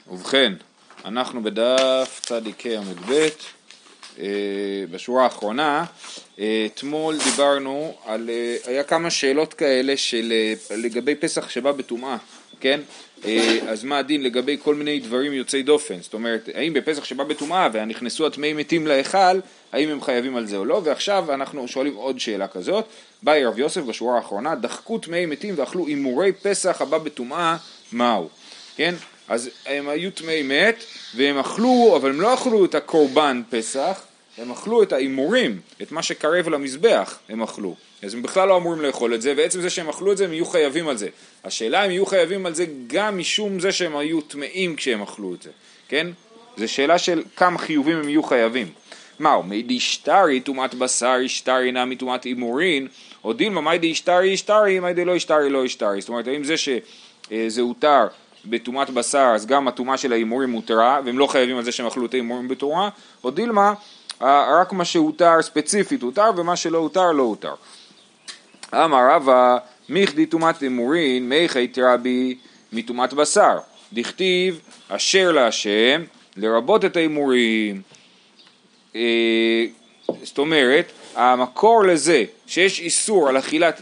ובכן, אנחנו בדף צדיקי עמוד ב' בשורה האחרונה. אתמול דיברנו על, היה כמה שאלות כאלה לגבי פסח שבא בטומאה, כן? אז מה הדין לגבי כל מיני דברים יוצאי דופן? זאת אומרת, האם בפסח שבא בטומאה ונכנסו הטמאים מתים להיכל, האם הם חייבים על זה או לא? ועכשיו אנחנו שואלים עוד שאלה כזאת. באי רב יוסף בשורה האחרונה, דחקו טמאים מתים ואכלו אימורי פסח הבא בטומאה, מהו? כן? אז הם היו טמאי מת והם אכלו, אבל הם לא אכלו את הקורבן פסח, הם אכלו את האימורים, את מה שקרב למזבח הם אכלו. אז הם בכלל לא אמורים לאכול את זה, ועצם זה שהם אכלו את זה הם יהיו חייבים על זה. השאלה הם יהיו חייבים על זה גם משום זה שהם היו טמאים כשהם אכלו את זה, כן? זו שאלה של כמה חיובים הם יהיו חייבים. מהו? מיידי שטרי טומאת בשר ישטרי נע מטומאת אימורין, או דילמה מיידי ישטרי ישטרי, מיידי לא ישטרי לא ישטרי. זאת אומרת, האם זה שזה הותר בטומאת בשר, אז גם הטומאה של האימורים מותרה, והם לא חייבים על זה שהם אכלו את האימורים בתורה, או דילמה, רק מה שהותר ספציפית הותר, ומה שלא הותר לא הותר. אמר רבא, מיכדי טומאת אימורין, מיכי תרבי מטומאת בשר. דכתיב, אשר להשם, לרבות את האימורים. זאת אומרת, המקור לזה, שיש איסור על אכילת,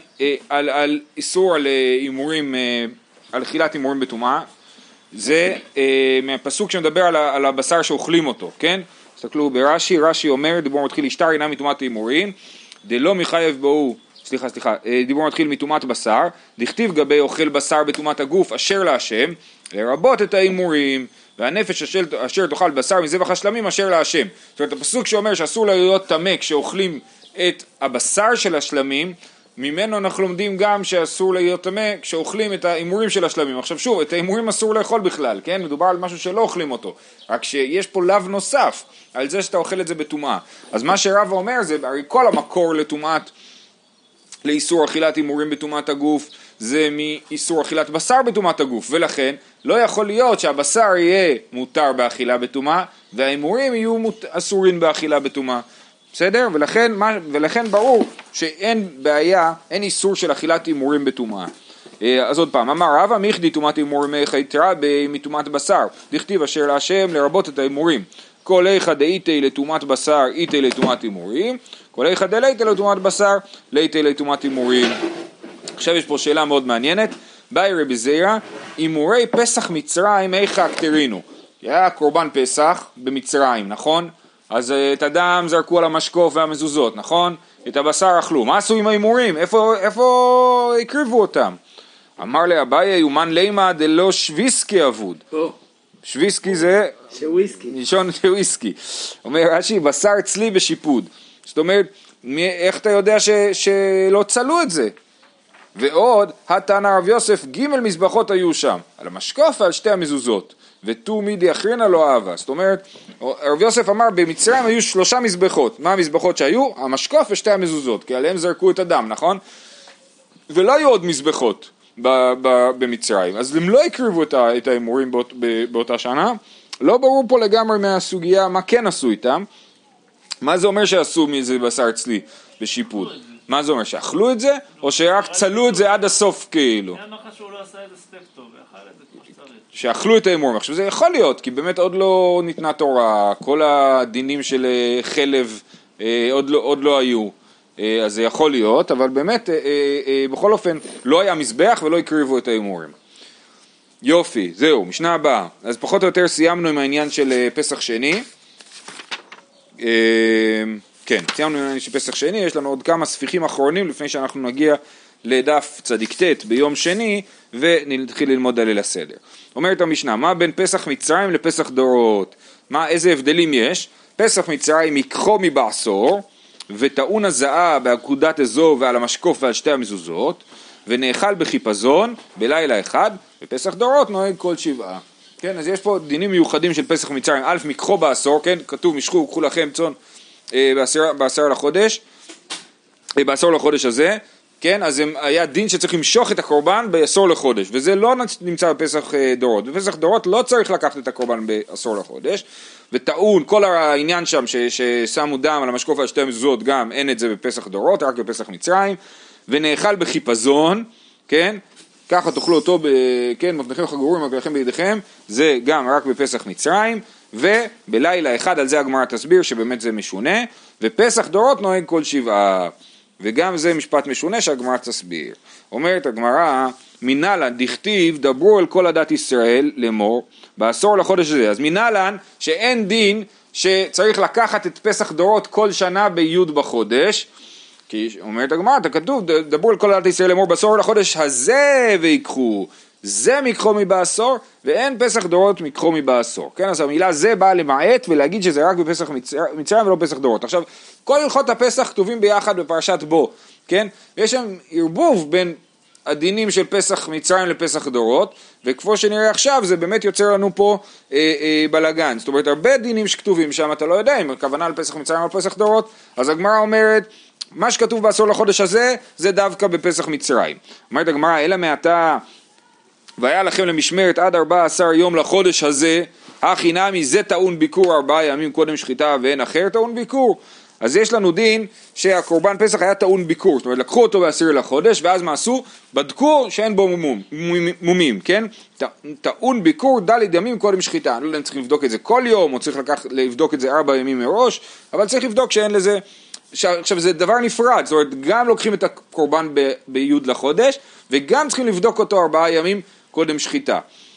איסור על אימורים, על אכילת אימורים בטומאה, זה מהפסוק שמדבר על הבשר שאוכלים אותו, כן? תסתכלו ברש"י, רש"י אומר, דיבור מתחיל ישטר אינה מטומאת אימורים, דלא מחייב בו, דיבור מתחיל מטומאת בשר, דכתיב גבי אוכל בשר בטומאת הגוף, אשר להשם, לרבות את האימורים, והנפש אשר תאכל בשר מזבח השלמים, אשר להשם. זאת אומרת, הפסוק שאומר שאסור להיות טמא כשאוכלים את הבשר של השלמים, ממנו אנחנו לומדים גם שאסור להיות טמא כשאוכלים את האימורים של השלמים. עכשיו שוב, את האימורים אסור לאכול בכלל, כן? מדובר על משהו שלא אוכלים אותו, רק שיש פה לאו נוסף על זה שאתה אוכל את זה בטומאה. אז מה שרב אומר זה, הרי כל המקור לטומאת, לאיסור אכילת אימורים בטומאת הגוף, זה מאיסור אכילת בשר בטומאת הגוף, ולכן לא יכול להיות שהבשר יהיה מותר באכילה בטומאה, והאימורים יהיו אסורים באכילה בטומאה. בסדר? ולכן ברור שאין בעיה, אין איסור של אכילת אימורים בטומאה. אז עוד פעם, אמר רבא, מיכדי טומאת אימורים מיכי תרבי מטומאת בשר, דכתיב אשר להשם לרבות את האימורים. כל איכא דאיתי לטומאת בשר, איתי לטומאת אימורים, כל איכא דלייתי לטומאת בשר, לייתי לטומאת אימורים. עכשיו יש פה שאלה מאוד מעניינת, באי רבי זירא, אימורי פסח מצרים איכא אקטרינו. היה קורבן פסח במצרים, נכון? אז את הדם זרקו על המשקוף והמזוזות, נכון? את הבשר אכלו. מה עשו עם האימורים? איפה הקריבו אותם? אמר לאביי, יומן לימה דלא שוויסקי אבוד. שוויסקי זה... לישון שוויסקי. אומר רש"י, בשר צלי בשיפוד. זאת אומרת, איך אתה יודע שלא צלו את זה? ועוד, התנא רב יוסף, ג' מזבחות היו שם, על המשקוף ועל שתי המזוזות. ותו מידי אחרינה לא אהבה. זאת אומרת, רב יוסף אמר, במצרים היו 3 מזבחות. מה המזבחות שהיו? המשקוף ושתי המזוזות, כי עליהם זרקו את הדם, נכון? ולא היו עוד מזבחות במצרים. אז הם לא הקריבו את האימורים באותה שנה. לא ברור פה לגמרי מהסוגיה מה כן עשו איתם. מה זה אומר שעשו מזה בשר צלי בשיפוד? מה זה אומר? שאכלו את זה? או שרק צלו את זה עד הסוף כאילו? היה מחש שהוא לא עשה איזה סטפ טוב, ואכל את זה כמו שצריך. שאכלו את האימורים. עכשיו זה יכול להיות, כי באמת עוד לא ניתנה תורה, כל הדינים של חלב עוד לא היו, אז זה יכול להיות, אבל באמת בכל אופן לא היה מזבח ולא הקריבו את האימורים. יופי, זהו, משנה הבאה. אז פחות או יותר סיימנו עם העניין של פסח שני. כן, סיימנו עם העניין של פסח שני, יש לנו עוד כמה ספיחים אחרונים לפני שאנחנו נגיע לדף צדיק ט' ביום שני, ונתחיל ללמוד על ליל הסדר. אומרת המשנה, מה בין פסח מצרים לפסח דורות? איזה הבדלים יש? פסח מצרים יקחו מבעשור, וטעון הזעה בעקודת אזוב ועל המשקוף ועל שתי המזוזות, ונאכל בחיפזון בלילה אחד, ופסח דורות נוהג כל 7. כן, אז יש פה דינים מיוחדים של פסח מצרים. א', מקחו בעשור, כן, כתוב משכו, קחו לכם צאן בעשור לחודש הזה, כן, אז היה דין שצריך למשוך את הקורבן בעשור לחודש, וזה לא נמצא בפסח דורות. בפסח דורות לא צריך לקחת את הקורבן בעשור לחודש, וטעון, כל העניין שם ששמו דם על המשקוף על שתי המזוזות, גם אין את זה בפסח דורות, רק בפסח מצרים, ונאכל בחיפזון, כן, ככה תאכלו אותו, כן, מותניכם חגורים רגליכם בידיכם, זה גם רק בפסח מצרים, ובלילה אחד, על זה הגמרא תסביר שבאמת זה משונה, ופסח דורות נוהג כל 7, וגם זה משפט משונה שהגמרא תסביר. אומרת הגמרא, מנהלן דכתיב דברו על כל עדת ישראל לאמור, בעשור לחודש הזה, אז מנהלן שאין דין שצריך לקחת את פסח דורות כל שנה ביוד בחודש, כי אומרת הגמרא, כתוב, דברו על כל עדת ישראל לאמור בעשור לחודש הזה ויקחו, זה מקחו מבעשור, ואין פסח דורות מקחו מבעשור, כן? אז המילה זה באה למעט ולהגיד שזה רק בפסח מצרים ולא פסח דורות. עכשיו, כל הלכות הפסח כתובים ביחד בפרשת בו, כן? ויש שם ערבוב בין הדינים של פסח מצרים לפסח דורות, וכפו שנראה עכשיו זה באמת יוצר לנו פה בלגן, זאת אומרת הרבה דינים שכתובים שם אתה לא יודע אם הכוונה על פסח מצרים או פסח דורות, אז הגמרא אומרת מה שכתוב בעשור לחודש הזה זה דווקא בפסח מצרים. אומרת הגמרא אלא מעתה והיה לכם למשמרת עד 14 יום לחודש הזה, הכי נמי זה טעון ביקור 4 ימים קודם שחיטה ואין אחר טעון ביקור. אז יש לנו דין שהקורבן פסח היה טעון ביקור, זאת אומרת לקחו אותו ב10 לחודש ואז מה עשו? בדקו שאין בו מומים, כן? טעון ביקור ד' ימים קודם שחיטה, אני לא יודע אם צריך לבדוק את זה כל יום או צריך לבדוק את זה 4 ימים מראש, אבל צריך לבדוק שאין לזה, עכשיו זה דבר נפרד, זאת אומרת גם לוקחים את הקורבן ביוד לחודש וגם צריכים לבדוק אותו 4 ימים קודם שחיטה.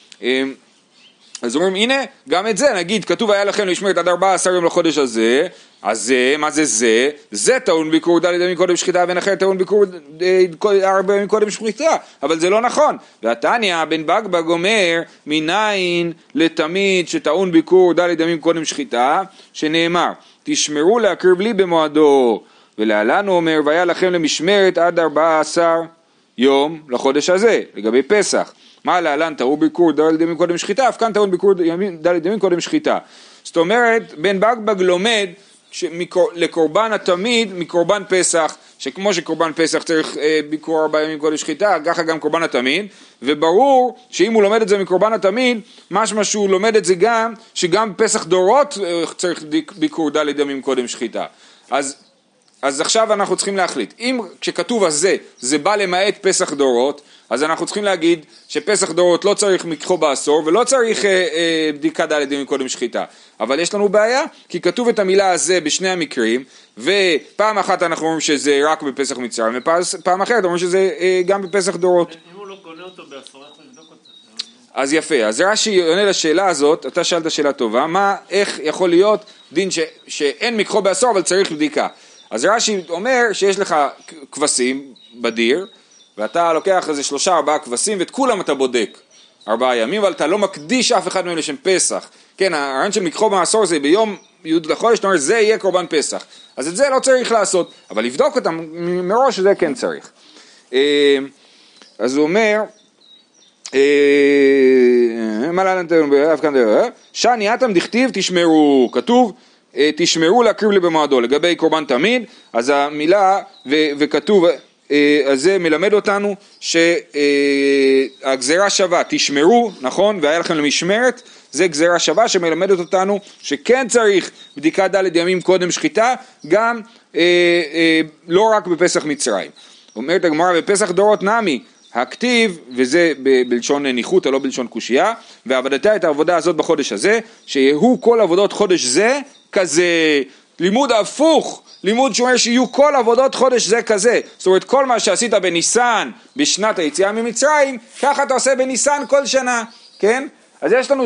אז אומרים הנה גם את זה נגיד כתוב היה לכם למשמרת עד 14 יום לחודש הזה, אז מה זה זה? זה טעון ביקור ד' ימים קודם שחיטה ואין אחר טעון ביקור 4 ימים קודם שחיטה, אבל זה לא נכון. והתניא בן בגבג אומר מניין לתמיד שטעון ביקור ד' ימים קודם שחיטה שנאמר תשמרו להקריב לי במועדו, ולהלן הוא אומר והיה לכם למשמרת עד 14 יום לחודש הזה לגבי פסח. מה להלן טעון ביקור ד' ימים קודם שחיטה, אף כאן טעון ביקור ד' ימים קודם שחיטה. זאת אומרת בן בגבג לומד לקורבן התמיד מקורבן פסח, שכמו שקורבן פסח צריך ביקור 4 ימים קודם שחיטה, ככה גם קורבן התמיד, וברור שאם הוא לומד את זה מקורבן התמיד, משמע שהוא לומד את זה גם, שגם פסח דורות צריך ביקור ד' ימים קודם שחיטה. אז עכשיו אנחנו צריכים להחליט, אם כשכתוב הזה, זה בא למעט פסח דורות, אז אנחנו צריכים להגיד שפסח דורות לא צריך מקחו בעשור, ולא צריך בדיקה ד' ימים קודם שחיטה. אבל יש לנו בעיה, כי כתוב את המילה הזה בשני המקרים, ופעם אחת אנחנו אומרים שזה רק בפסח מצרים, ופעם אחרת אומרים שזה גם בפסח דורות. אם הוא לא קונה אותו בעשור, איך לבדוק אותו? אז יפה, אז רש"י עונה לשאלה הזאת, אתה שאלת שאלה טובה, איך יכול להיות דין שאין מקחו בעשור, אבל צריך בדיקה? אז רש"י אומר שיש לך כבשים בדיר, ואתה לוקח איזה 3-4 כבשים, ואת כולם אתה בודק 4 ימים, אבל אתה לא מקדיש אף אחד מהם לשם פסח. כן, הרעיון של מקחו בעשור זה ביום י' לחודש, זאת אומרת, זה יהיה קורבן פסח. אז את זה לא צריך לעשות, אבל לבדוק אותם מראש זה כן צריך. אז הוא אומר, מה להלן שני אתם דכתיב תשמרו, כתוב, תשמרו להקריב לי במועדו, לגבי קורבן תמיד, אז המילה וכתוב, אז זה מלמד אותנו שהגזרה שווה, תשמרו, נכון, והיה לכם למשמרת, זה גזרה שווה שמלמדת אותנו שכן צריך בדיקת ד' ימים קודם שחיטה, גם לא רק בפסח מצרים. אומרת הגמרא בפסח דורות נמי, הכתיב, וזה בלשון ניחותא לא בלשון קושייה, ועבדתה את העבודה הזאת בחודש הזה, שיהיו כל עבודות חודש זה כזה, לימוד הפוך, לימוד שאומר שיהיו כל עבודות חודש זה כזה, זאת אומרת כל מה שעשית בניסן בשנת היציאה ממצרים, ככה אתה עושה בניסן כל שנה, כן? אז יש לנו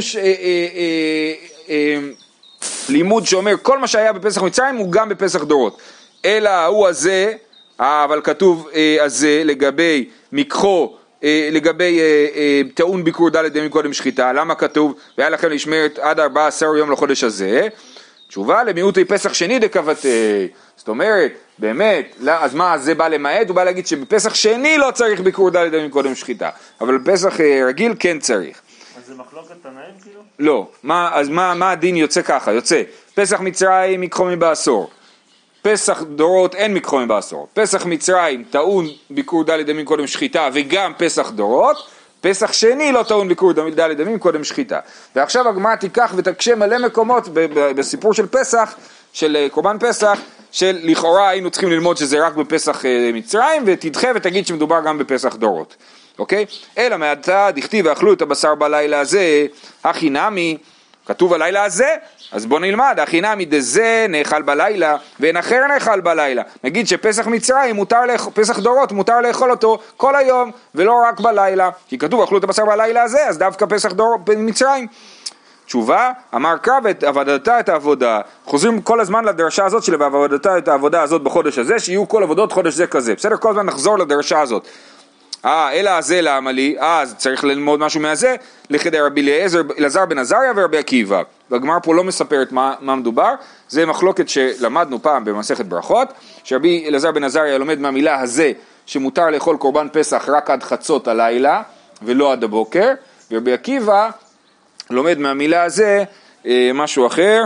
לימוד שאומר כל מה שהיה בפסח מצרים הוא גם בפסח דורות, אלא הוא הזה, אבל כתוב הזה לגבי מקחו, לגבי טעון ביקור ד' ימים קודם שחיטה, למה כתוב והיה לכם למשמרת עד 14 יום לחודש הזה? תשובה למיעוטי פסח שני דקבתי, זאת אומרת באמת, אז מה זה בא למעט? הוא בא להגיד שבפסח שני לא צריך ביקור ד' ימים קודם שחיטה, אבל בפסח רגיל כן צריך. אז זה מחלוקת תנאים כאילו? לא, אז מה הדין יוצא ככה? יוצא פסח מצרים מקחו מבעשור, פסח דורות אין מקחו מבעשור, פסח מצרים טעון ביקור ד' ימים קודם שחיטה וגם פסח דורות, פסח שני לא טעון ביקור ד' ימים קודם שחיטה. ועכשיו הגמרא תיקח ותקשה מלא מקומות בסיפור של פסח, של קורבן פסח, של לכאורה היינו צריכים ללמוד שזה רק בפסח מצרים, ותדחה ותגיד שמדובר גם בפסח דורות. אוקיי? אלא מעתה דכתיב ואכלו את הבשר בלילה הזה, הכי נמי, כתוב הלילה הזה, אז בוא נלמד, הכי נמי דזה נאכל בלילה, ואין אחר נאכל בלילה. נגיד שפסח מצרים, פסח דורות, מותר לאכול אותו כל היום, ולא רק בלילה. כי כתוב אכלו את הבשר בלילה הזה, אז דווקא פסח דורות במצרים. תשובה, אמר קרא ועבדתה את העבודה. חוזרים כל הזמן לדרשה הזאת של ועבדתה את העבודה הזאת בחודש הזה, שיהיו כל עבודות חודש זה כזה. בסדר? כל הזמן נחזור לדרשה הזאת. אלא הזה למה לי? אז צריך ללמוד משהו מהזה, לכדי רבי אלעזר בן עזריה ורבי עקיבא. והגמרא פה לא מספרת מה מדובר, זה מחלוקת שלמדנו פעם במסכת ברכות, שרבי אלעזר בן עזריה לומד מהמילה הזה, שמותר לאכול קורבן פסח רק עד חצות הלילה, ולא עד הבוקר, ורבי עקיבא לומד מהמילה הזה משהו אחר,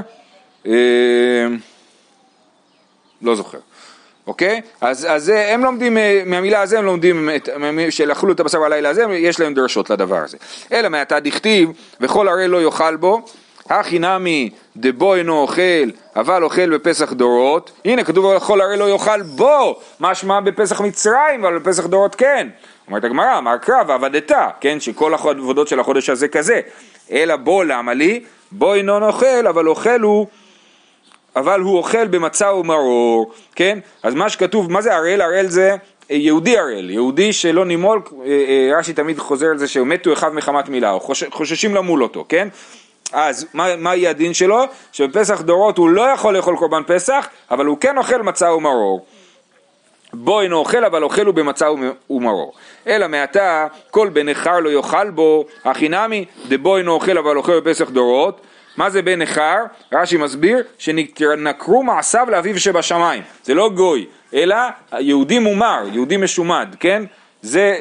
לא זוכר. אוקיי? אז הם לומדים, מהמילה הזה הם לומדים של אכלו את הבשר בלילה הזה, יש להם דרשות לדבר הזה. אלא מעתה דכתיב, וכל הרי לא יאכל בו, הכי נמי דבו אינו אוכל, אבל אוכל בפסח דורות. הנה כתוב וכל הרי לא יאכל בו, משמע בפסח מצרים, אבל בפסח דורות כן. אומרת הגמרא, אמר קרא ועבדתה, כן? שכל העבודות של החודש הזה כזה. אלא בו למה לי? בו אינו אוכל, אבל הוא אוכל במצה ומרור, כן? אז מה שכתוב, מה זה הראל? הראל זה יהודי הראל, יהודי שלא נימול, רש"י תמיד חוזר על זה שמתו אחד מחמת מילה, או חוששים למול אותו, כן? אז מה יהיה הדין שלו? שבפסח דורות הוא לא יכול לאכול קורבן פסח, אבל הוא כן אוכל מצה ומרור. בו אינו אוכל, אבל אוכל הוא במצה ומרור. אלא מעתה, כל בן נכר לא יאכל בו, הכי נמי דבו אינו אוכל, אבל אוכל בפסח דורות. מה זה בן נכר? רש"י מסביר שנקרו מעשיו לאביו שבשמיים. זה לא גוי, אלא יהודי מומר, יהודי משומד, כן? זה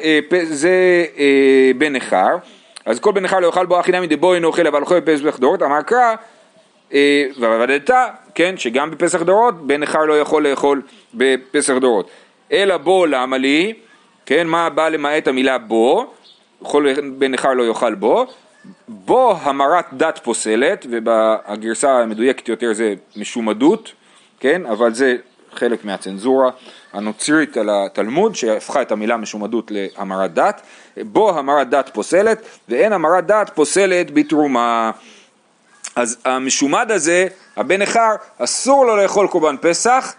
בן נכר. אז כל בן נכר לא יאכל בו הכי נמי דבו אינו אוכל, אבל אוכל בפסח דורות. אמר קרא ועבדתה, כן? שגם בפסח דורות בן נכר לא יכול לאכול בפסח דורות. אלא בו למה לי? כן? מה בא למעט המילה בו? כל בן נכר לא יאכל בו. בו המרת דת פוסלת, ובגרסה המדויקת יותר זה משומדות, כן? אבל זה חלק מהצנזורה הנוצרית על התלמוד, שהפכה את המילה משומדות להמרת דת. בו המרת דת פוסלת, ואין המרת דת פוסלת בתרומה. אז המשומד הזה, הבן נכר, אסור לו לאכול קורבן פסח,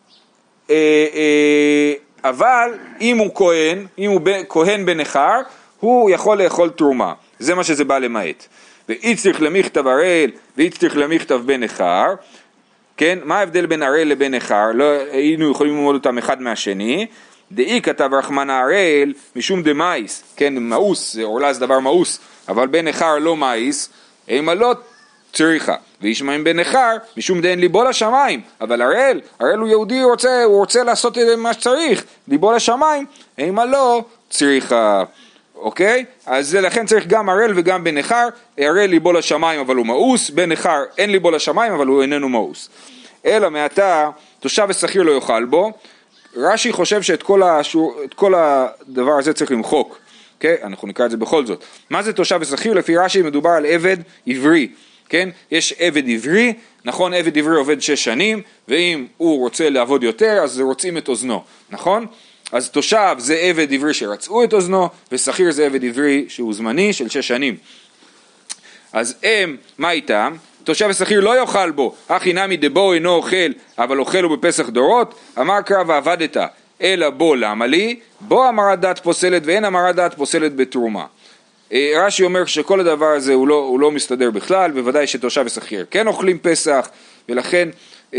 אבל אם הוא כהן, אם הוא כהן בן נכר, הוא יכול לאכול תרומה. זה מה שזה בא למעט. ואיצטריך למכתב הראל, ואיצטריך למכתב בן נכר, כן? מה ההבדל בין הראל לבן נכר? לא היינו יכולים ללמוד אותם אחד מהשני. דאי כתב רחמן הראל, משום דמאיס, כן? מאוס, זה עולה זה דבר מאוס, אבל בן נכר לא מאיס, אימה לא צריכה. וישמע עם בן נכר, משום דאין ליבו לשמיים, אבל הראל הוא יהודי, הוא רוצה לעשות את מה שצריך, ליבו לשמיים, אימה לא צריכה. אוקיי? אז לכן צריך גם הראל וגם בן נכר, הראל ליבו לשמיים אבל הוא מאוס, בן נכר אין ליבו לשמיים אבל הוא איננו מאוס. אלא מעתה תושב ושכיר לא יאכל בו. רש"י חושב שאת כל הדבר הזה צריך למחוק. אוקיי? אנחנו נקרא את זה בכל זאת. מה זה תושב ושכיר? לפי רש"י מדובר על עבד עברי. כן? יש עבד עברי, נכון? עבד עברי עובד 6 שנים, ואם הוא רוצה לעבוד יותר אז רוצים את אוזנו, נכון? אז תושב זה עבד עברי שרצו את אוזנו, ושכיר זה עבד עברי שהוא זמני של 6 שנים. אז מה איתם? תושב ושכיר לא יאכל בו, הכי נמי דבו אינו אוכל, אבל אוכל הוא בפסח דורות. אמר קרא ועבדת, אלא בו למה לי? בו המרת דת פוסלת, ואין המרת דת פוסלת בתרומה. רש"י אומר שכל הדבר הזה הוא לא מסתדר בכלל, בוודאי שתושב ושכיר כן אוכלים פסח, ולכן,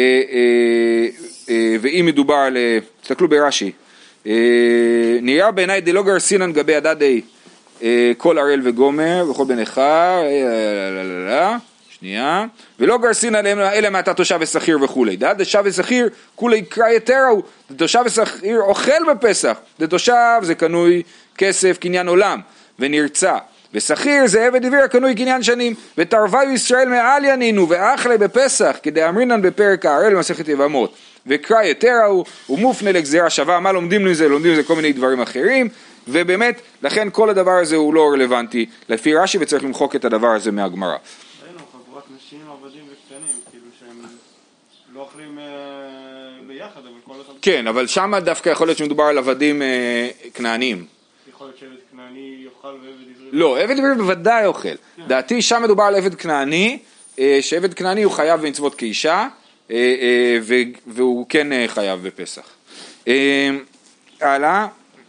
ואם מדובר על, תסתכלו ברש"י, נראה בעיניי דלא גרסינן גבי הדדי כל הראל וגומר וכל בן נכר, שנייה, ולא גרסינן אלא מעתה תושב ושכיר וכולי. תושב ושכיר כולי קרא יתרו, תושב ושכיר אוכל בפסח, תושב זה קנוי כסף קניין עולם ונרצה, ושכיר זה עבד עברי הקנוי קניין שנים. ותרוויו ישראל מעל ינינו ואכלה בפסח כדאמרינן בפרק ההראל במסכת יבמות, וקרא יתרו הוא מופנה לגזירה שווה. מה לומדים לזה? לומדים לזה כל מיני דברים אחרים, ובאמת לכן כל הדבר הזה הוא לא רלוונטי לפי רש"י, וצריך למחוק את הדבר הזה מהגמרא. ראינו חבורת נשים עבדים וקטנים, כאילו שהם לא אוכלים ביחד, אבל כל אחד... כן, אבל שם דווקא יכול להיות שמדובר על עבדים כנעניים. יכול להיות שעבד כנעני יאכל ועבד עברי? לא, עבד עברי בוודאי אוכל. דעתי שם מדובר על עבד כנעני, שעבד כנעני הוא חייב במצוות כאישה, והוא כן חייב בפסח. הלאה,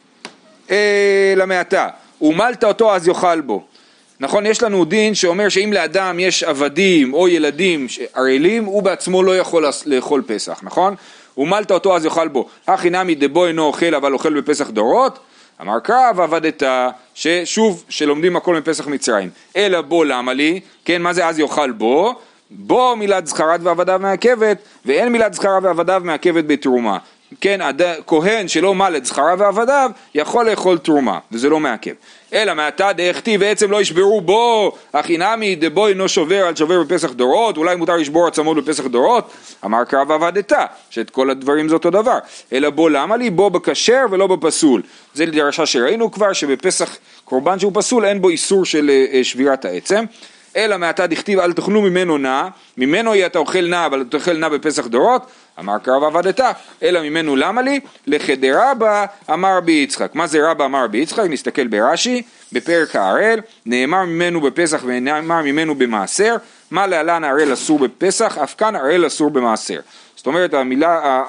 למעטה, ומלת אותו אז יאכל בו. נכון, יש לנו דין שאומר שאם לאדם יש עבדים או ילדים ערלים, הוא בעצמו לא יכול לאכול פסח, נכון? ומלת אותו אז יאכל בו. הכי נמי דבו אינו אוכל אבל אוכל בפסח דורות, אמר קרב עבדת, ששוב שלומדים הכל מפסח מצרים. אלא בו למה לי, כן, מה זה אז יאכל בו? בו מילת זכרת ועבדיו מעכבת, ואין מילת זכרה ועבדיו מעכבת בתרומה. כן, כהן שלא מל את זכרה ועבדיו יכול לאכול תרומה, וזה לא מעכב. אלא מעתה דאכתיב בעצם לא ישברו בו, הכי נמי דבו אינו שובר על שובר בפסח דורות, אולי מותר לשבור עצמות בפסח דורות, אמר קרב עבדת, שאת כל הדברים זה אותו דבר. אלא בו למה לי? בו בכשר ולא בפסול. זה דרשה שראינו כבר, שבפסח קורבן שהוא פסול אין בו איסור של שבירת העצם. אלא מעתה דכתיב אל תאכלו ממנו נע, ממנו יהיה אתה אוכל נע, אבל אתה אוכל נע בפסח דורות, אמר קרב עבדת, אלא ממנו למה לי? לכדרבא אמר רבי יצחק. מה זה רבא אמר רבי יצחק? נסתכל ברש"י, בפרק הערל, נאמר ממנו בפסח ונאמר ממנו במעשר, מה להלן הערל אסור בפסח, אף כאן הערל אסור במעשר. זאת אומרת, המילה,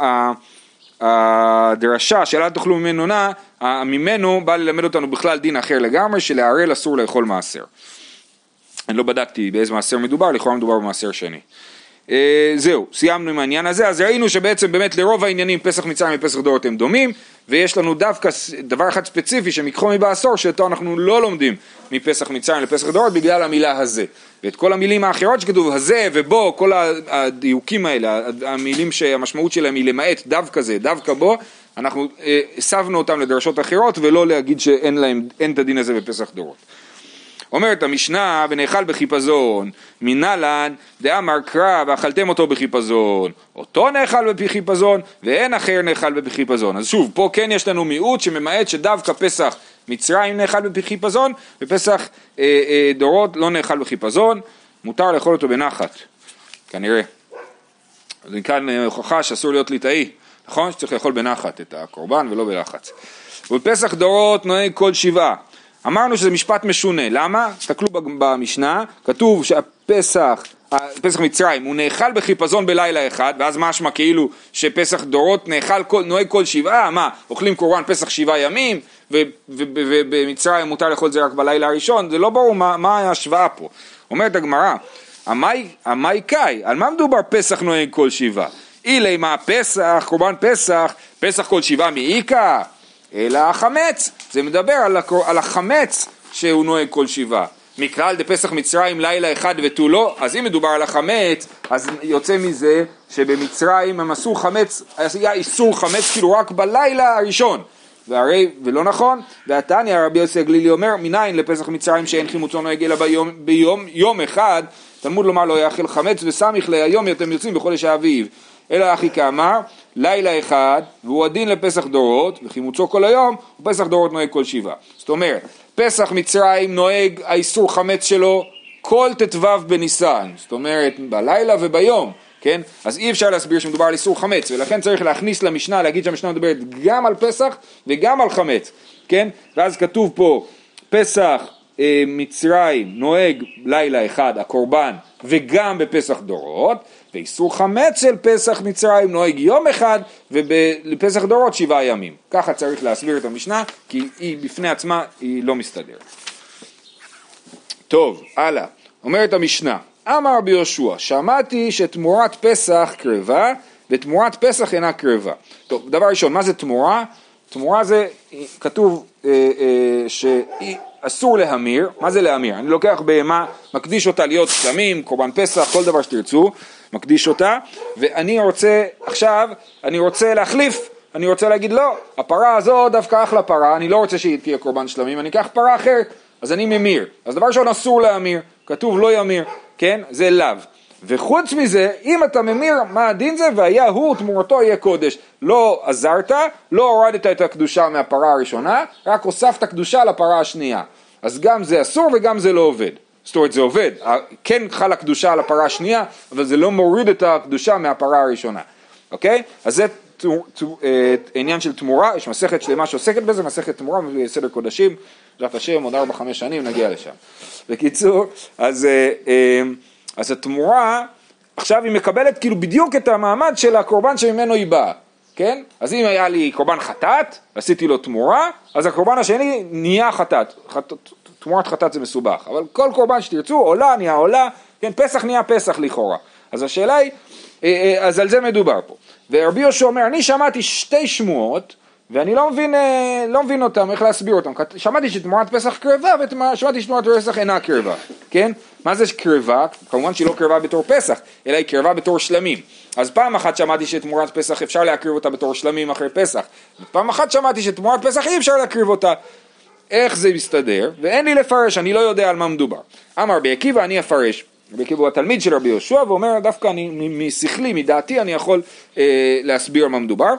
הדרשה של אל תאכלו ממנו נע, ממנו בא ללמד אותנו בכלל דין אחר לגמרי, שלערל אסור לאכול מעשר. אני לא בדקתי באיזה מעשר מדובר, לכאורה מדובר במעשר שני. זהו, סיימנו עם העניין הזה, אז ראינו שבעצם באמת לרוב העניינים פסח מצרים ופסח דורות הם דומים, ויש לנו דווקא דבר אחד ספציפי שמקחו מבעשור, שאותו אנחנו לא לומדים מפסח מצרים לפסח דורות בגלל המילה הזה. ואת כל המילים האחרות שכתוב הזה ובו, כל הדיוקים האלה, המילים שהמשמעות שלהם היא למעט דווקא זה, דווקא בו, אנחנו הסבנו אותם לדרשות אחרות ולא להגיד שאין להם, אין את הדין הזה בפסח דורות. אומרת המשנה, ונאכל בחיפזון, מנהלן, דאמר קרא, ואכלתם אותו בחיפזון, אותו נאכל בחיפזון, ואין אחר נאכל בחיפזון. אז שוב, פה כן יש לנו מיעוט שממעט שדווקא פסח מצרים נאכל בחיפזון, ופסח דורות לא נאכל בחיפזון, מותר לאכול אותו בנחת, כנראה. אז כאן הוכחה שאסור להיות ליטאי, נכון? שצריך לאכול בנחת את הקורבן ולא בלחץ. ובפסח דורות נוהג כל 7. אמרנו שזה משפט משונה, למה? תסתכלו במשנה, כתוב שהפסח, פסח מצרים, הוא נאכל בחיפזון בלילה אחד, ואז משמע כאילו שפסח דורות נוהג כל 7, מה? אוכלים קורבן פסח 7 ימים, ובמצרים מותר לאכול את זה רק בלילה הראשון, זה לא ברור מה ההשוואה פה. אומרת הגמרא, המאי קאי, על מה מדובר פסח נוהג כל 7? אילי מה פסח, קורבן פסח, פסח כל 7 מאיקה? אלא החמץ, זה מדבר על החמץ שהוא נוהג כל 7. מכלל דפסח מצרים לילה אחד ותו לא, אז אם מדובר על החמץ, אז יוצא מזה שבמצרים הם עשו חמץ, היה איסור חמץ כאילו רק בלילה הראשון. והרי, ולא נכון, והתניא רבי יוסי הגלילי אומר, מניין לפסח מצרים שאין חימוצו נוהג אלא ביום אחד, תלמוד לומר לא יאכל חמץ וסמיך להיום אתם יוצאים בחודש האביב. אלא אחי כאמר, לילה אחד, והוא הדין לפסח דורות, וחימוצו כל היום, ופסח דורות נוהג כל 7. זאת אומרת, פסח מצרים נוהג האיסור חמץ שלו כל ט"ו בניסן, זאת אומרת, בלילה וביום, כן? אז אי אפשר להסביר שמדובר על איסור חמץ, ולכן צריך להכניס למשנה, להגיד שהמשנה מדברת גם על פסח וגם על חמץ, כן? ואז כתוב פה, פסח מצרים נוהג לילה אחד, הקורבן, וגם בפסח דורות, ואיסור חמץ של פסח מצרים נוהג יום אחד, ובפסח דורות 7 ימים. ככה צריך להסביר את המשנה, כי היא בפני עצמה היא לא מסתדרת. טוב, הלאה. אומרת המשנה, אמר רבי יהושע, שמעתי שתמורת פסח קרבה, ותמורת פסח אינה קרבה. טוב, דבר ראשון, מה זה תמורה? תמורה זה, כתוב שאסור להמיר. מה זה להמיר? אני לוקח בהמה, מקדיש אותה להיות שלמים, קורבן פסח, כל דבר שתרצו, מקדיש אותה, ואני רוצה, עכשיו, אני רוצה להחליף, אני רוצה להגיד לא, הפרה הזו דווקא אחלה פרה, אני לא רוצה שהיא תהיה קורבן שלמים, אני אקח פרה אחרת, אז אני ממיר. אז דבר ראשון אסור להמיר, כתוב לא ימיר, כן? זה לאו. וחוץ מזה, אם אתה ממיר, מה הדין זה? והיה הוא, תמורתו יהיה קודש. לא עזרת, לא הורדת את הקדושה מהפרה הראשונה, רק הוספת קדושה לפרה השנייה. אז גם זה אסור וגם זה לא עובד. זאת אומרת, זה עובד. כן חלה קדושה על הפרה השנייה, אבל זה לא מוריד את הקדושה מהפרה הראשונה. אוקיי? אז זה עניין של תמורה, יש מסכת שלמה שעוסקת בזה, מסכת תמורה בסדר קודשים, בעזרת השם עוד 4-5 שנים נגיע לשם. בקיצור, אז התמורה, עכשיו היא מקבלת כאילו בדיוק את המעמד של הקורבן שממנו היא באה, כן? אז אם היה לי קורבן חטאת, עשיתי לו תמורה, אז הקורבן השני נהיה חטאת. תמורת חטאת זה מסובך, אבל כל קורבן שתרצו, עולה נהיה עולה, כן? פסח נהיה פסח לכאורה. אז השאלה היא, אז על זה מדובר פה. ורבי יהושע אומר, אני שמעתי 2 שמועות, ואני לא מבין אותם, איך להסביר אותם. שמעתי שתמורת פסח קרבה, ושמעתי שתמורת פסח אינה קרבה, כן? מה זה קרבה? כמובן שהיא לא קרבה בתור פסח, אלא היא קרבה בתור שלמים. אז פעם אחת שמעתי שתמורת פסח אפשר להקריב אותה בתור שלמים אחרי פסח, ופעם אחת שמעתי שתמורת פסח אי אפשר להקריב אותה. איך זה מסתדר? ואין לי לפרש, אני לא יודע על מה מדובר. אמר רבי עקיבא, אני אפרש. רבי עקיבא הוא התלמיד של רבי יהושע, ואומר דווקא משכלי, מדעתי, אני יכול להסביר על מה מדובר.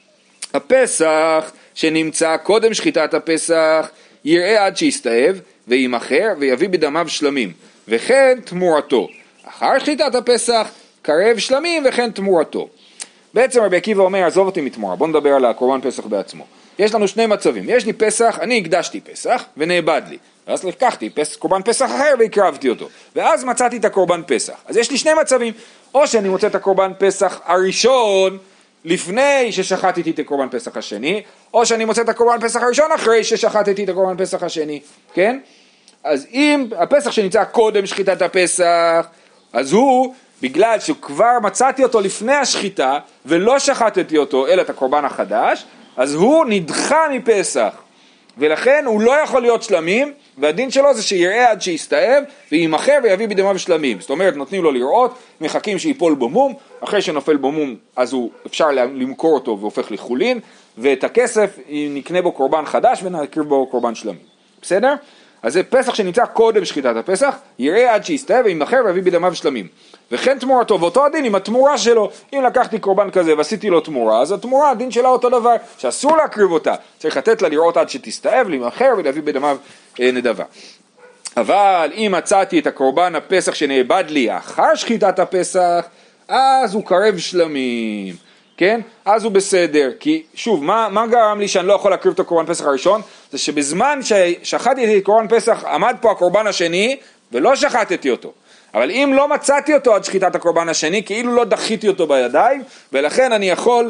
הפסח שנמצא קודם שחיטת הפסח יראה עד שיסתאב וימחר ויביא בדמיו שלמים, וכן תמורתו. אחר שחיטת הפסח קרב שלמים וכן תמורתו. בעצם רבי עקיבא אומר, עזוב אותי מתמורה, בוא נדבר על הקורבן פסח בעצמו. יש לנו 2 מצבים, יש לי פסח, אני הקדשתי פסח ונאבד לי, ואז לקחתי קורבן פסח אחר והקרבתי אותו, ואז מצאתי את הקורבן פסח. אז יש לי 2 מצבים, או שאני מוצא את הקורבן פסח הראשון לפני ששחטתי את הקורבן פסח השני, או שאני מוצא את הקורבן פסח הראשון אחרי ששחטתי את הקורבן פסח השני, כן? אז אם הפסח שנמצא קודם שחיטת הפסח, אז הוא, בגלל שכבר מצאתי אותו לפני השחיטה, ולא שחטתי אותו אלא את הקורבן החדש, אז הוא נדחה מפסח, ולכן הוא לא יכול להיות שלמים, והדין שלו זה שיראה עד שיסתאב, וימחר ויביא בדמיו שלמים. זאת אומרת, נותנים לו לראות, מחכים שיפול בו מום, אחרי שנופל בו מום, אז אפשר למכור אותו והופך לחולין, ואת הכסף נקנה בו קורבן חדש, ונקריב בו קורבן שלמים. בסדר? אז זה פסח שנמצא קודם שחיטת הפסח, יראה עד שיסתאב, וימחר ויביא בדמיו שלמים. וכן תמורתו, ואותו הדין עם התמורה שלו, אם לקחתי קורבן כזה ועשיתי לו תמורה, אז התמורה, הדין שלה אותו דבר, שאסור להקריב אותה, צריך לתת לה לראות עד שתסתאב, למחר ולהביא בדמיו נדבה. אבל אם מצאתי את הקורבן הפסח שנאבד לי אחר שחיטת הפסח, אז הוא קרב שלמים, כן? אז הוא בסדר, כי שוב, מה גרם לי שאני לא יכול להקריב את הקורבן פסח הראשון? זה שבזמן ששחטתי את קורבן פסח, עמד פה הקורבן השני, ולא שחטתי אותו. אבל אם לא מצאתי אותו עד שחיטת הקורבן השני, כאילו לא דחיתי אותו בידיים, ולכן אני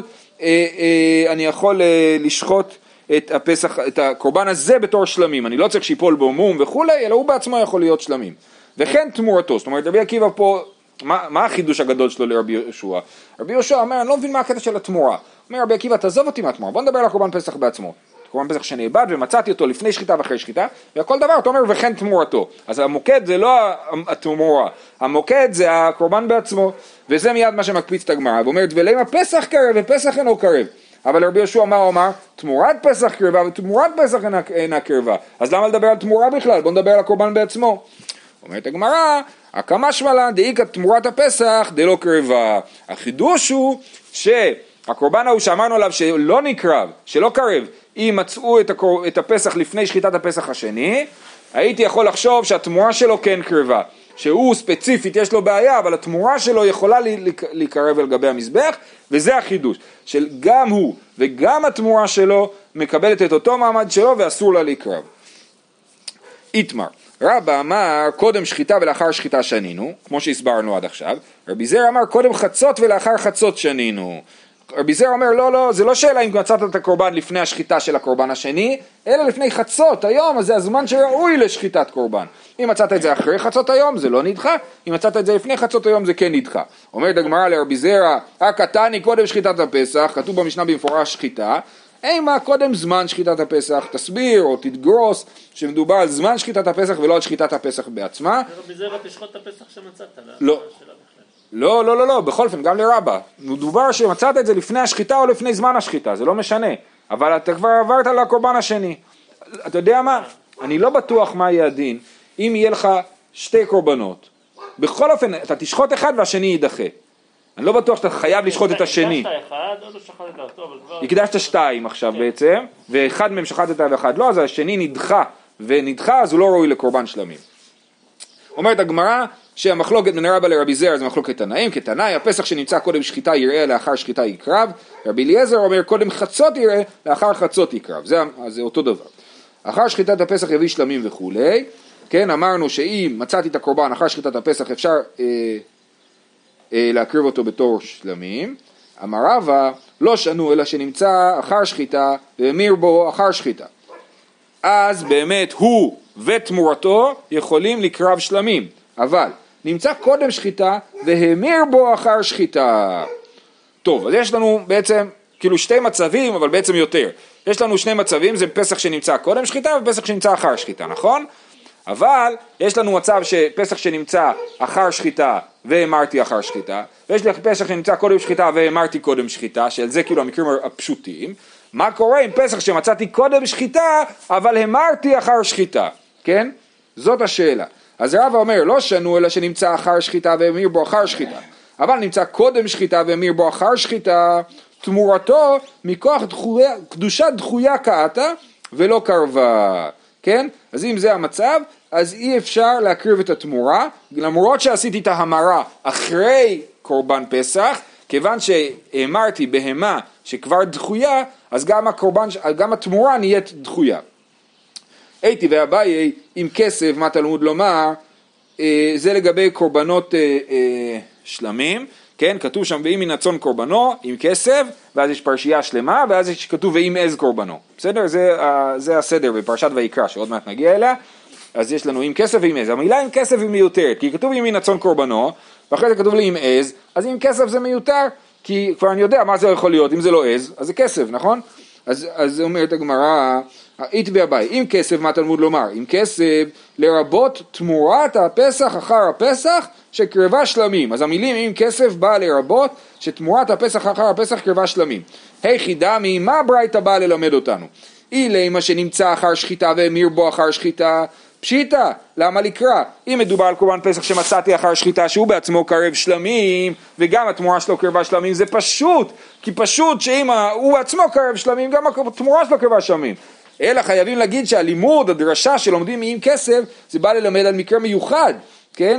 יכול לשחוט את הפסח, את הקורבן הזה בתור שלמים. אני לא צריך שיפול בו מום וכולי, אלא הוא בעצמו יכול להיות שלמים. וכן תמורתו. זאת אומרת, רבי עקיבא פה, מה החידוש הגדול שלו לרבי יהושע? רבי יהושע אומר, אני לא מבין מה הקטע של התמורה. אומר רבי עקיבא, תעזוב אותי מהתמורה, בוא נדבר על הקורבן פסח בעצמו. קורבן פסח שנאבד ומצאתי אותו לפני שחיטה ואחרי שחיטה, והכל דבר, אתה אומר, וכן תמורתו. אז המוקד זה לא התמורה, המוקד זה הקורבן בעצמו, וזה מיד מה שמקפיץ את הגמרא, ואומרת, ולמה פסח קרב ופסח אינו קרב? אבל רבי יהושע אמר, תמורת פסח קרבה ותמורת פסח אינה קרבה. אז למה לדבר על תמורה בכלל? בוא נדבר על הקורבן בעצמו. אומרת הגמרא, הקמה שמלה דאיקה תמורת הפסח דלא קרבה. החידוש הוא שהקורבן ההוא שאמרנו עליו שלא נקרב, שלא קרב, אם מצאו את הפסח לפני שחיטת הפסח השני, הייתי יכול לחשוב שהתמורה שלו כן קרבה, שהוא ספציפית יש לו בעיה, אבל התמורה שלו יכולה להיקרב על גבי המזבח, וזה החידוש, של גם הוא וגם התמורה שלו מקבלת את אותו מעמד שלו ואסור לה להיקרב. איתמר, רבא אמר קודם שחיטה ולאחר שחיטה שנינו, כמו שהסברנו עד עכשיו, רבי זר אמר קודם חצות ולאחר חצות שנינו. רבי זר אומר לא, זה לא שאלה אם מצאת את הקורבן לפני השחיטה של הקורבן השני, אלא לפני חצות היום, אז זה הזמן שראוי לשחיטת קורבן. אם מצאת את זה אחרי חצות היום, זה לא נדחה, אם מצאת את זה לפני חצות היום, זה כן נדחה. אומרת הגמרא לרבי זר, הקטני קודם שחיטת הפסח, כתוב במשנה במפורש שחיטה, אימה קודם זמן שחיטת הפסח, תסביר או תתגרוס שמדובר על זמן שחיטת הפסח ולא על שחיטת הפסח בעצמה. רבי זר תשחוט את הפסח שמצאת. לא, בכל אופן, גם לרבא. מדובר שמצאת את זה לפני השחיטה או לפני זמן השחיטה, זה לא משנה. אבל אתה כבר עברת לקורבן השני. אתה יודע מה? אני לא בטוח מה יהיה הדין, אם יהיה לך 2 קורבנות. בכל אופן, אתה תשחוט אחד והשני יידחה. אני לא בטוח שאתה חייב לשחוט את השני. הקדשת אחד, או לא שחטת אותו, אבל כבר... הקדשת 2 עכשיו בעצם, ואחד מהם שחטת ואחד לא, אז השני נדחה, ונדחה, אז הוא לא ראוי לקורבן שלמים. אומרת הגמרא, שהמחלוקת בין רבא לרבי זרע זה מחלוקת תנאים, כתנאי הפסח שנמצא קודם שחיטה יראה, לאחר שחיטה יקרב, רבי אליעזר אומר קודם חצות יראה, לאחר חצות יקרב, זה אותו דבר. אחר שחיטת הפסח יביא שלמים וכולי, כן, אמרנו שאם מצאתי את הקורבן אחר שחיטת הפסח אפשר להקריב אותו בתור שלמים, אמר רבא לא שנו אלא שנמצא אחר שחיטה והמיר בו אחר שחיטה, אז באמת הוא ותמורתו יכולים לקרב שלמים, אבל נמצא קודם שחיטה והמיר בו אחר שחיטה. טוב, אז יש לנו בעצם כאילו שתי מצבים, אבל בעצם יותר. יש לנו שני מצבים, זה פסח שנמצא קודם שחיטה ופסח שנמצא אחר שחיטה, נכון? אבל יש לנו מצב שפסח שנמצא אחר שחיטה והמרתי אחר שחיטה, ויש לי פסח שנמצא קודם שחיטה והמרתי קודם שחיטה, שעל זה כאילו המקרים הפשוטים. מה קורה עם פסח שמצאתי קודם שחיטה, אבל המרתי אחר שחיטה, כן? זאת השאלה. אז רבא אומר, לא שנו אלא שנמצא אחר שחיטה והמיר בו אחר שחיטה, אבל נמצא קודם שחיטה והמיר בו אחר שחיטה, תמורתו מכוח קדושת דחויה קעתה ולא קרבה, כן? אז אם זה המצב, אז אי אפשר להקריב את התמורה, למרות שעשיתי את ההמרה אחרי קורבן פסח, כיוון שהאמרתי בהמה שכבר דחויה, אז גם התמורה נהיית דחויה. הייתי ואביי עם כסף, מה תלמוד לומר, זה לגבי קורבנות שלמים, כן, כתוב שם ואם ינצון קורבנו עם כסף, ואז יש פרשייה שלמה, ואז יש כתוב ואם עז קורבנו, בסדר? זה הסדר בפרשת ויקרא, שעוד מעט נגיע אליה, אז יש לנו עם כסף ועם עז. המילה עם כסף היא מיותרת, כי כתוב אם ינצון קורבנו, ואחרי זה כתוב לי עם עז, אז עם כסף זה מיותר, כי כבר אני יודע מה זה יכול להיות, אם זה לא עז, אז זה כסף, נכון? אז אומרת הגמרא, איתבי אביי, עם כסף מה תלמוד לומר? עם כסף לרבות תמורת הפסח אחר הפסח שקרבה שלמים. אז המילים עם כסף באה לרבות שתמורת הפסח אחר הפסח קרבה שלמים. היכי דמי, מה ברייתא באה ללמד אותנו? אילי מה שנמצא אחר שחיטה והמיר בו אחר שחיטה, פשיטה, למה לקרא? אם מדובר על קורבן פסח שמצאתי אחר שחיטה שהוא בעצמו קרב שלמים וגם התמורה שלו קרבה שלמים, זה פשוט, כי פשוט שאם הוא בעצמו קרב שלמים גם התמורה שלו קרבה שלמים. אלא חייבים להגיד שהלימוד, הדרשה שלומדים עם כסף, זה בא ללמד על מקרה מיוחד, כן?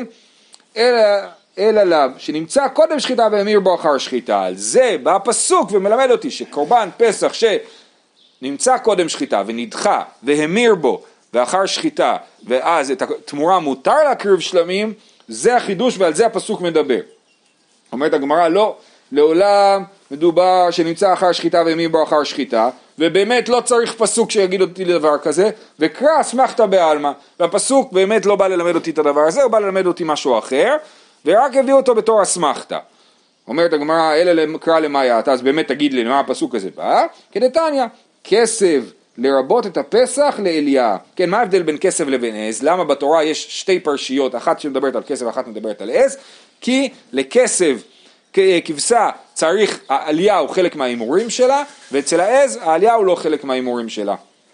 אלא לאו, שנמצא קודם שחיטה והמיר בו אחר שחיטה, על זה בא הפסוק ומלמד אותי שקורבן פסח שנמצא קודם שחיטה ונדחה והמיר בו ואחר שחיטה, ואז את התמורה מותר להקריב שלמים, זה החידוש ועל זה הפסוק מדבר. אומרת הגמרא, לא, לעולם מדובר שנמצא אחר שחיטה והמיר בו אחר שחיטה, ובאמת לא צריך פסוק שיגיד אותי לדבר כזה, וקרא אסמכתא בעלמא, והפסוק באמת לא בא ללמד אותי את הדבר הזה, הוא בא ללמד אותי משהו אחר, ורק הביא אותו בתור אסמכתא. אומרת הגמרא, אלה קרא למאיה, אז באמת תגיד לי למה הפסוק הזה בא, כדתניא, כסף לרבות את הפסח לאליה. כן, מה ההבדל בין כסף לבין עז? למה בתורה יש שתי פרשיות, אחת שמדברת על כסף ואחת מדברת על עז? כי לכסף כבשה צריך, העלייה הוא חלק מהאימורים שלה, ואצל העז העלייה הוא לא חלק מהאימורים שלה.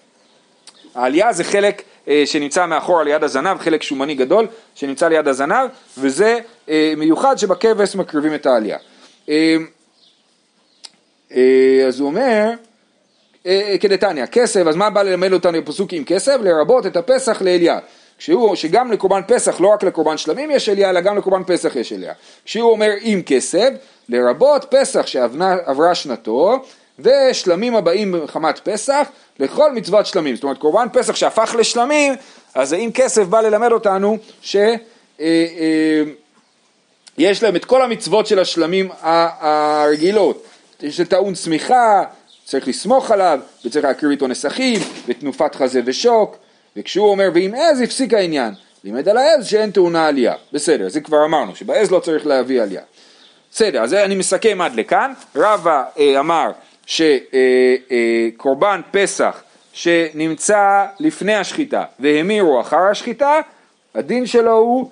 העלייה זה חלק שנמצא מאחור על יד הזנב, חלק שומני גדול שנמצא ליד הזנב, וזה מיוחד שבכבש מקריבים את העלייה. אז הוא אומר, כדתניא, כסף, אז מה בא ללמד אותנו בפסוק עם כסף? לרבות את הפסח לאליה. שגם לקורבן פסח, לא רק לקורבן שלמים יש אליה, אלא גם לקורבן פסח יש אליה. כשהוא אומר עם כסף, לרבות פסח שעברה שנתו, ושלמים הבאים בחמת פסח, לכל מצוות שלמים. זאת אומרת, קורבן פסח שהפך לשלמים, אז עם כסף בא ללמד אותנו שיש להם את כל המצוות של השלמים הרגילות. יש טעון סמיכה, צריך לסמוך עליו, וצריך להקריב איתו נסכים, ותנופת חזה ושוק, וכשהוא אומר ואם עז הפסיק העניין, לימד על העז שאין טעונה עלייה. בסדר, זה כבר אמרנו, שבעז לא צריך להביא עלייה. בסדר, אז אני מסכם עד לכאן. רבא אמר שקורבן פסח שנמצא לפני השחיטה והמירו אחר השחיטה, הדין שלו הוא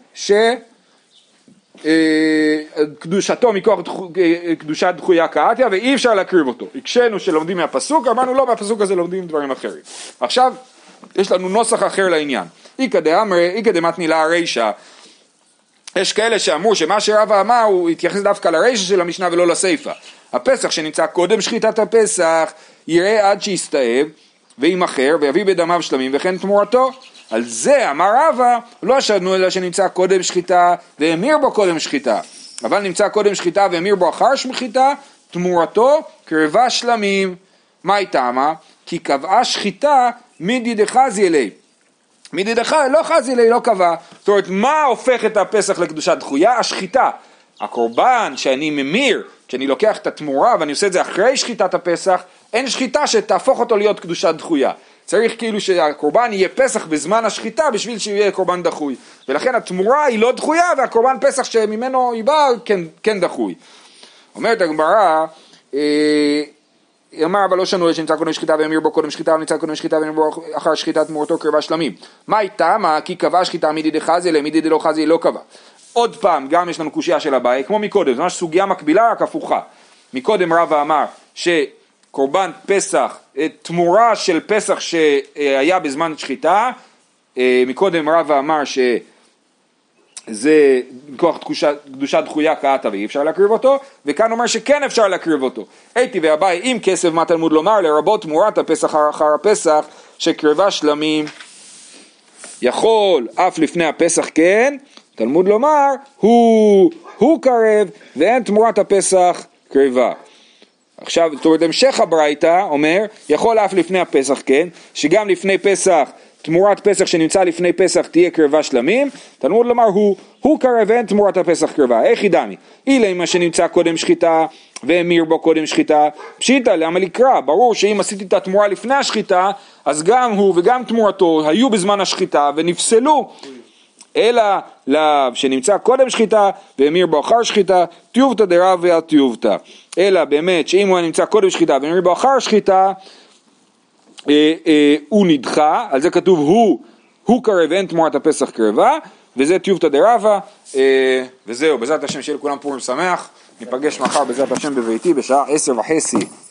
קדושתו מכוח קדושת דחויה קעתיה ואי אפשר להקריב אותו. הקשנו שלומדים מהפסוק, אמרנו לא, מהפסוק הזה לומדים דברים אחרים. עכשיו יש לנו נוסח אחר לעניין. איקא דמתני לה הרישא, יש כאלה שאמרו שמה שרבא אמר הוא התייחס דווקא לרישא של המשנה ולא לסיפא. הפסח שנמצא קודם שחיטת הפסח יראה עד שיסתאב וימכר ויביא בדמיו שלמים וכן תמורתו. על זה אמר רבא, לא שדנו אלא שנמצא קודם שחיטה והמיר בו קודם שחיטה, אבל נמצא קודם שחיטה והמיר בו אחר שחיטה, תמורתו קרבה שלמים. מה היא טעמה? כי קבעה שחיטה מידי דחזי אלי. מידי דחזי, לא חזי אלי, לא קבע. זאת אומרת, מה הופך את הפסח לקדושת דחויה? השחיטה. הקורבן שאני ממיר, כשאני לוקח את התמורה ואני עושה את זה אחרי שחיטת הפסח, אין שחיטה שתהפוך אותו להיות קדושת דחויה. צריך כאילו שהקורבן יהיה פסח בזמן השחיטה בשביל שיהיה קורבן דחוי. ולכן התמורה היא לא דחויה והקורבן פסח שממנו היא באה כן דחוי. אומרת הגמרא, אמר אבל לא שנו אלא שנמצא קודם שחיטה והמיר בו קודם שחיטה ונמצא קודם שחיטה והמיר בו אחר שחיטה תמורתו קרבה שלמים. מה הייתה? מה? כי קבעה שחיטה מידי דחזי למידי דלא חזי לא קבע. עוד פעם גם יש לנו קושיה של הבית כמו מקודם, זה ממש סוגיה מקבילה רק הפוכה. מקודם רבא אמר שקורבן פסח, תמורה של פסח שהיה בזמן שחיטה, מקודם רבא אמר זה מכוח קדושה דחויה כעתה ואי אפשר להקריב אותו, וכאן אומר שכן אפשר להקריב אותו. הייתי והבאי אם כסף מה תלמוד לומר לרבות תמורת הפסח אחר הפסח שקרבה שלמים, יכול אף לפני הפסח כן, תלמוד לומר הוא קרב ואין תמורת הפסח קרבה. עכשיו זאת אומרת המשך הברייתא אומר יכול אף לפני הפסח כן, שגם לפני פסח תמורת פסח שנמצא לפני פסח תהיה קרבה שלמים, תלמוד לומר הוא קרב ואין תמורת הפסח קרבה. איך ידעמי? אילה מה שנמצא קודם שחיטה והמיר בו קודם שחיטה, פשיטה למה לקרא? ברור שאם עשיתי את התמורה לפני השחיטה אז גם הוא וגם תמורתו היו בזמן השחיטה ונפסלו, אלא שנמצא קודם שחיטה והמיר בו אחר שחיטה תיובתא דרבא תיובתא, אלא באמת שאם הוא נמצא קודם שחיטה והמיר בו אחר שחיטה הוא נדחה, על זה כתוב הוא קרב ואין תמורת הפסח קרבה, וזה תיובתא דרבא. וזהו, בעזרת השם שיהיה לכולם פורים שמח, ניפגש מחר בעזרת השם בביתי בשעה 10:30.